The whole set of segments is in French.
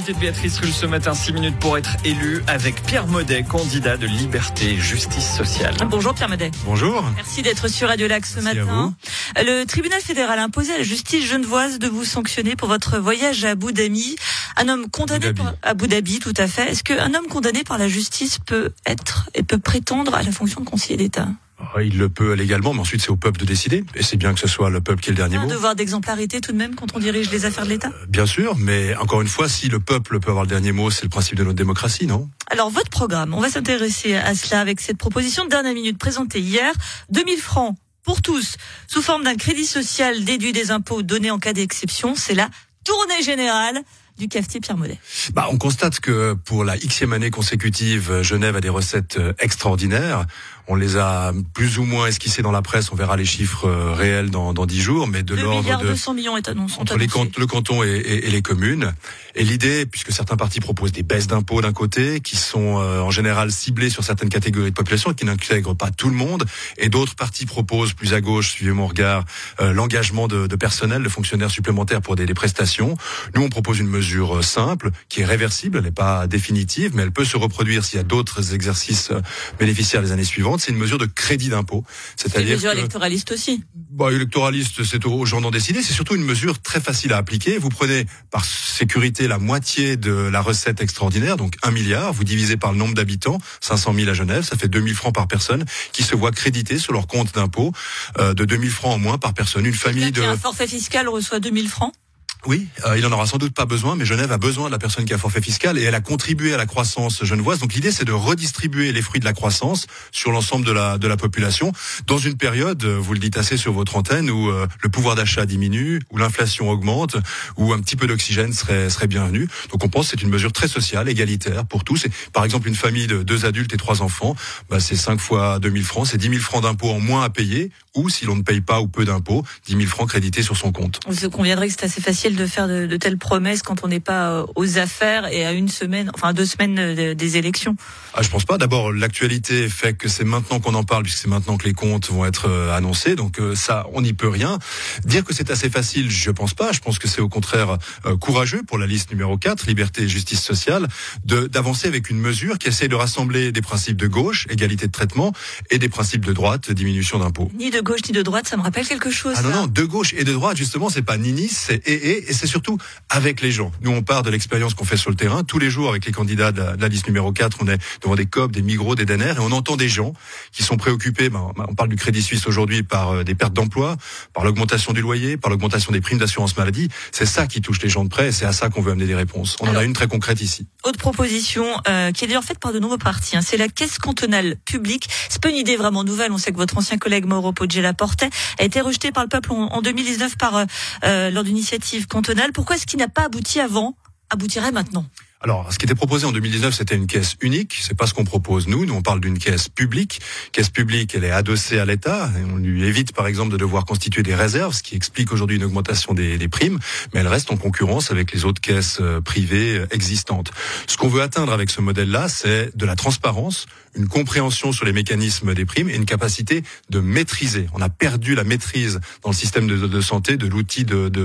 l'invité de Béatrice Rulle ce matin, 6 minutes pour être élu avec Pierre Maudet, candidat de Liberté et Justice sociale. Bonjour Pierre Maudet. Bonjour. Merci d'être sur Radio Lac ce Merci matin. Le tribunal fédéral a imposé à la justice genevoise de vous sanctionner pour votre voyage à Abu Dhabi. Un homme condamné par Abu Dhabi, tout à fait. Est-ce qu'un homme condamné par la justice peut prétendre à la fonction de conseiller d'État ? Il le peut légalement, mais ensuite c'est au peuple de décider. Et c'est bien que ce soit le peuple qui ait le dernier mot. Un devoir d'exemplarité tout de même quand on dirige les affaires de l'État ? Bien sûr, mais encore une fois, si le peuple peut avoir le dernier mot, c'est le principe de notre démocratie, non ? Alors votre programme, on va s'intéresser à cela avec cette proposition de dernière minute présentée hier. 2000 francs pour tous, sous forme d'un crédit social déduit des impôts donnés en cas d'exception. C'est la tournée générale du cafetier Pierre Maudet. On constate que pour la Xème année consécutive, Genève a des recettes extraordinaires. On les a plus ou moins esquissées dans la presse. On verra les chiffres réels dans 10 jours, mais de l'ordre de 2,2 milliards est annoncé entre le canton et les communes. Et l'idée, puisque certains partis proposent des baisses d'impôts d'un côté, qui sont en général ciblées sur certaines catégories de population et qui n'intègrent pas tout le monde, et d'autres partis proposent plus à gauche, suivez mon regard, l'engagement de personnel, de fonctionnaires supplémentaires pour des prestations. Nous, on propose une mesure simple, qui est réversible, elle n'est pas définitive, mais elle peut se reproduire s'il y a d'autres exercices bénéficiaires les années suivantes. C'est une mesure de crédit d'impôt. C'est une mesure électoraliste aussi. Électoraliste, c'est aux gens d'en décider. C'est surtout une mesure très facile à appliquer. Vous prenez par sécurité la moitié de la recette extraordinaire, donc 1 milliard. Vous divisez par le nombre d'habitants, 500 000 à Genève, ça fait 2000 francs par personne qui se voient crédités sur leur compte d'impôt de 2000 francs en moins par personne. Une famille de... Un forfait fiscal reçoit 2000 francs. Oui, il en aura sans doute pas besoin, mais Genève a besoin de la personne qui a forfait fiscal et elle a contribué à la croissance genevoise. Donc l'idée, c'est de redistribuer les fruits de la croissance sur l'ensemble de la population dans une période, vous le dites assez sur votre antenne, où le pouvoir d'achat diminue, où l'inflation augmente, où un petit peu d'oxygène serait bienvenu. Donc on pense que c'est une mesure très sociale, égalitaire pour tous. Et par exemple, une famille de 2 adultes et 3 enfants, c'est 5 fois 2000 francs, c'est 10 000 francs d'impôts en moins à payer, ou si l'on ne paye pas ou peu d'impôts, 10 000 francs crédités sur son compte. Vous conviendrez que c'est assez facile de faire de telles promesses quand on n'est pas aux affaires et à 2 semaines des élections. Je pense pas. D'abord, l'actualité fait que c'est maintenant qu'on en parle, puisque c'est maintenant que les comptes vont être annoncés. Donc ça, on n'y peut rien. Dire que c'est assez facile, je pense pas. Je pense que c'est au contraire courageux pour la liste numéro 4, Liberté et Justice sociale, d'avancer avec une mesure qui essaie de rassembler des principes de gauche, égalité de traitement, et des principes de droite, diminution d'impôts. Ni de gauche ni de droite, ça me rappelle quelque chose. Non, de gauche et de droite, justement, c'est pas ni, c'est et c'est surtout avec les gens. Nous, on part de l'expérience qu'on fait sur le terrain. Tous les jours, avec les candidats de la liste numéro 4, on est devant des COP, des Migros, des DNR, et on entend des gens qui sont préoccupés, on parle du Crédit Suisse aujourd'hui, par des pertes d'emploi, par l'augmentation du loyer, par l'augmentation des primes d'assurance maladie. C'est ça qui touche les gens de près, et c'est à ça qu'on veut amener des réponses. On en a une très concrète ici. Autre proposition, qui est d'ailleurs faite par de nombreux partis, c'est la caisse cantonale publique. C'est pas une idée vraiment nouvelle. On sait que votre ancien collègue Mauro Poggi la portait, a été rejetée par le peuple en 2019 lors d'une initiative cantonale. Pourquoi est-ce qu'il n'a pas abouti avant, aboutirait maintenant ? Alors, ce qui était proposé en 2019, c'était une caisse unique. C'est pas ce qu'on propose nous. Nous, on parle d'une caisse publique. Caisse publique, elle est adossée à l'État. Et on lui évite, par exemple, de devoir constituer des réserves, ce qui explique aujourd'hui une augmentation des primes. Mais elle reste en concurrence avec les autres caisses privées existantes. Ce qu'on veut atteindre avec ce modèle-là, c'est de la transparence, une compréhension sur les mécanismes des primes et une capacité de maîtriser. On a perdu la maîtrise dans le système de santé de l'outil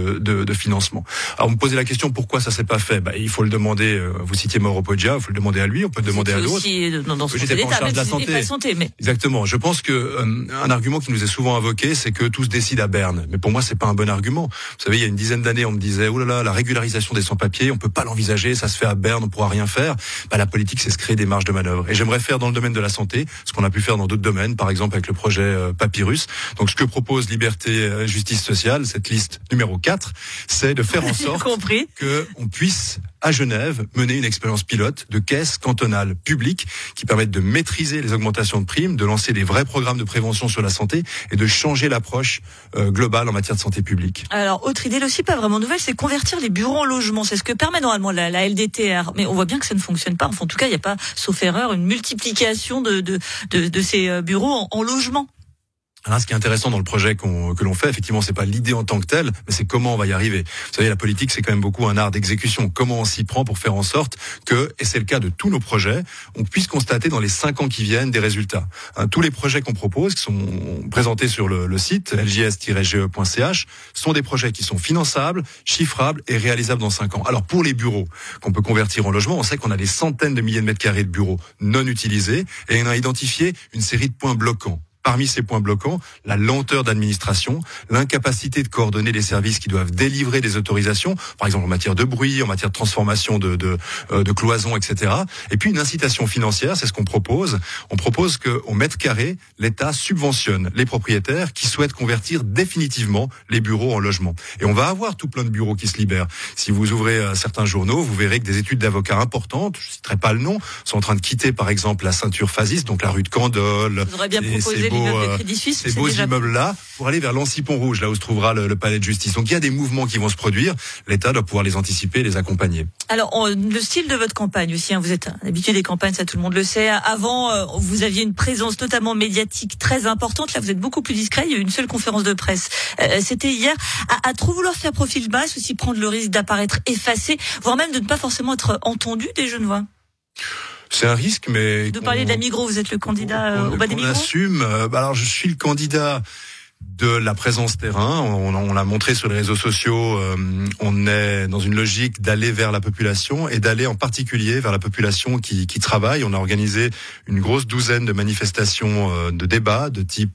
de financement. Alors, vous me posez la question pourquoi ça s'est pas fait. Il faut le demander. Vous citiez Mauro Poggi, il faut le demander à lui, on peut le demander à d'autres. J'étais pas en charge de la santé. Mais... Exactement. Je pense que un argument qui nous est souvent invoqué, c'est que tout se décide à Berne. Mais pour moi, c'est pas un bon argument. Vous savez, il y a une dizaine d'années, on me disait, la régularisation des sans-papiers, on peut pas l'envisager, ça se fait à Berne, on pourra rien faire. La politique, c'est se créer des marges de manœuvre. Et j'aimerais faire dans le domaine de la santé ce qu'on a pu faire dans d'autres domaines, par exemple avec le projet Papyrus. Donc, ce que propose Liberté, Justice sociale, cette liste numéro 4, c'est de faire en sorte que on puisse à Genève mener une expérience pilote de caisse cantonale publique qui permette de maîtriser les augmentations de primes, de lancer des vrais programmes de prévention sur la santé et de changer l'approche globale en matière de santé publique. Alors, autre idée aussi pas vraiment nouvelle, c'est convertir les bureaux en logements. C'est ce que permet normalement la LDTR. Mais on voit bien que ça ne fonctionne pas. Enfin, en tout cas, il n'y a pas, sauf erreur, une multiplication de ces bureaux en logements. Là, ce qui est intéressant dans le projet que l'on fait, effectivement, c'est pas l'idée en tant que telle, mais c'est comment on va y arriver. Vous savez, la politique, c'est quand même beaucoup un art d'exécution. Comment on s'y prend pour faire en sorte que, et c'est le cas de tous nos projets, on puisse constater dans les 5 ans qui viennent des résultats. Tous les projets qu'on propose, qui sont présentés sur le site ljs-ge.ch, sont des projets qui sont finançables, chiffrables et réalisables dans 5 ans. Alors, pour les bureaux qu'on peut convertir en logement, on sait qu'on a des centaines de milliers de mètres carrés de bureaux non utilisés et on a identifié une série de points bloquants. Parmi ces points bloquants, la lenteur d'administration, l'incapacité de coordonner les services qui doivent délivrer des autorisations, par exemple en matière de bruit, en matière de transformation de cloisons, etc. Et puis une incitation financière, c'est ce qu'on propose. On propose qu'au mètre carré, l'État subventionne les propriétaires qui souhaitent convertir définitivement les bureaux en logements. Et on va avoir tout plein de bureaux qui se libèrent. Si vous ouvrez certains journaux, vous verrez que des études d'avocats importantes, je citerai pas le nom, sont en train de quitter par exemple la ceinture Phasiste, donc la rue de Candolle. Vous aurez bien proposé l'immeuble de Crédit Suisse, ces beaux immeubles-là, pour aller vers l'Ancy-Pont-Rouge, là où se trouvera le palais de justice. Donc il y a des mouvements qui vont se produire. L'État doit pouvoir les anticiper et les accompagner. Alors, le style de votre campagne aussi, vous êtes habitué des campagnes, ça tout le monde le sait. Avant, vous aviez une présence notamment médiatique très importante. Là, vous êtes beaucoup plus discret. Il y a eu une seule conférence de presse. C'était hier. À trop vouloir faire profil bas, aussi prendre le risque d'apparaître effacé, voire même de ne pas forcément être entendu des Genevois. C'est un risque, mais... De parler de la Migros, vous êtes le candidat au bas des Migros ? On assume. Alors, je suis le candidat de la présence terrain. On l'a montré sur les réseaux sociaux. On est dans une logique d'aller vers la population et d'aller en particulier vers la population qui travaille. On a organisé une grosse douzaine de manifestations de débats de type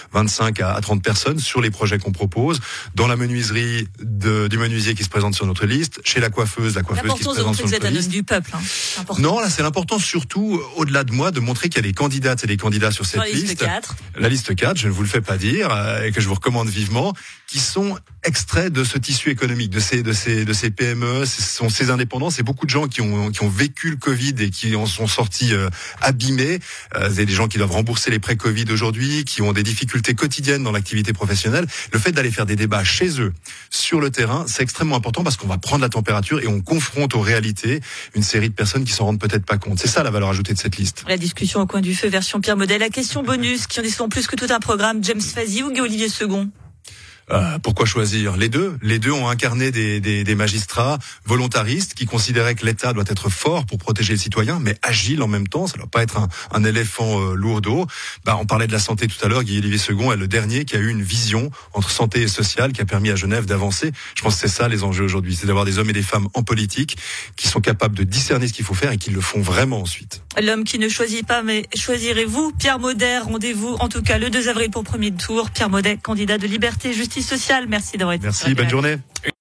25 à 30 personnes sur les projets qu'on propose. Dans la menuiserie du menuisier qui se présente sur notre liste, chez la coiffeuse qui se présente sur notre liste. Vous êtes un homme du peuple. Non, là c'est l'important surtout, au-delà de moi, de montrer qu'il y a des candidates et des candidats sur cette liste. La liste 4, je ne vous le fais pas dire, et que je vous recommande vivement, qui sont extraits de ce tissu économique, de ces PME, ce sont ces indépendants, c'est beaucoup de gens qui ont vécu le Covid et qui en sont sortis abîmés. C'est des gens qui doivent rembourser les prêts Covid aujourd'hui, qui ont des difficultés quotidiennes dans l'activité professionnelle. Le fait d'aller faire des débats chez eux, sur le terrain, c'est extrêmement important parce qu'on va prendre la température et on confronte aux réalités une série de personnes qui s'en rendent peut-être pas compte. C'est ça la valeur ajoutée de cette liste. La discussion au coin du feu version Pierre Model. La question bonus qui en dit souvent plus que tout un programme. James Fazi ou Olivier Second? Pourquoi choisir les deux? Les deux ont incarné des magistrats volontaristes qui considéraient que l'État doit être fort pour protéger les citoyens, mais agile en même temps. Ça ne doit pas être un éléphant lourdeau. On parlait de la santé tout à l'heure. Guy Olivier Second est le dernier qui a eu une vision entre santé et social qui a permis à Genève d'avancer. Je pense que c'est ça les enjeux aujourd'hui, c'est d'avoir des hommes et des femmes en politique qui sont capables de discerner ce qu'il faut faire et qui le font vraiment ensuite. L'homme qui ne choisit pas, mais choisirez-vous? Pierre Maudet, rendez-vous en tout cas le 2 avril pour le premier tour. Pierre Maudet, candidat de Liberté et Justice sociale. Merci d'avoir été. Merci, bonne journée.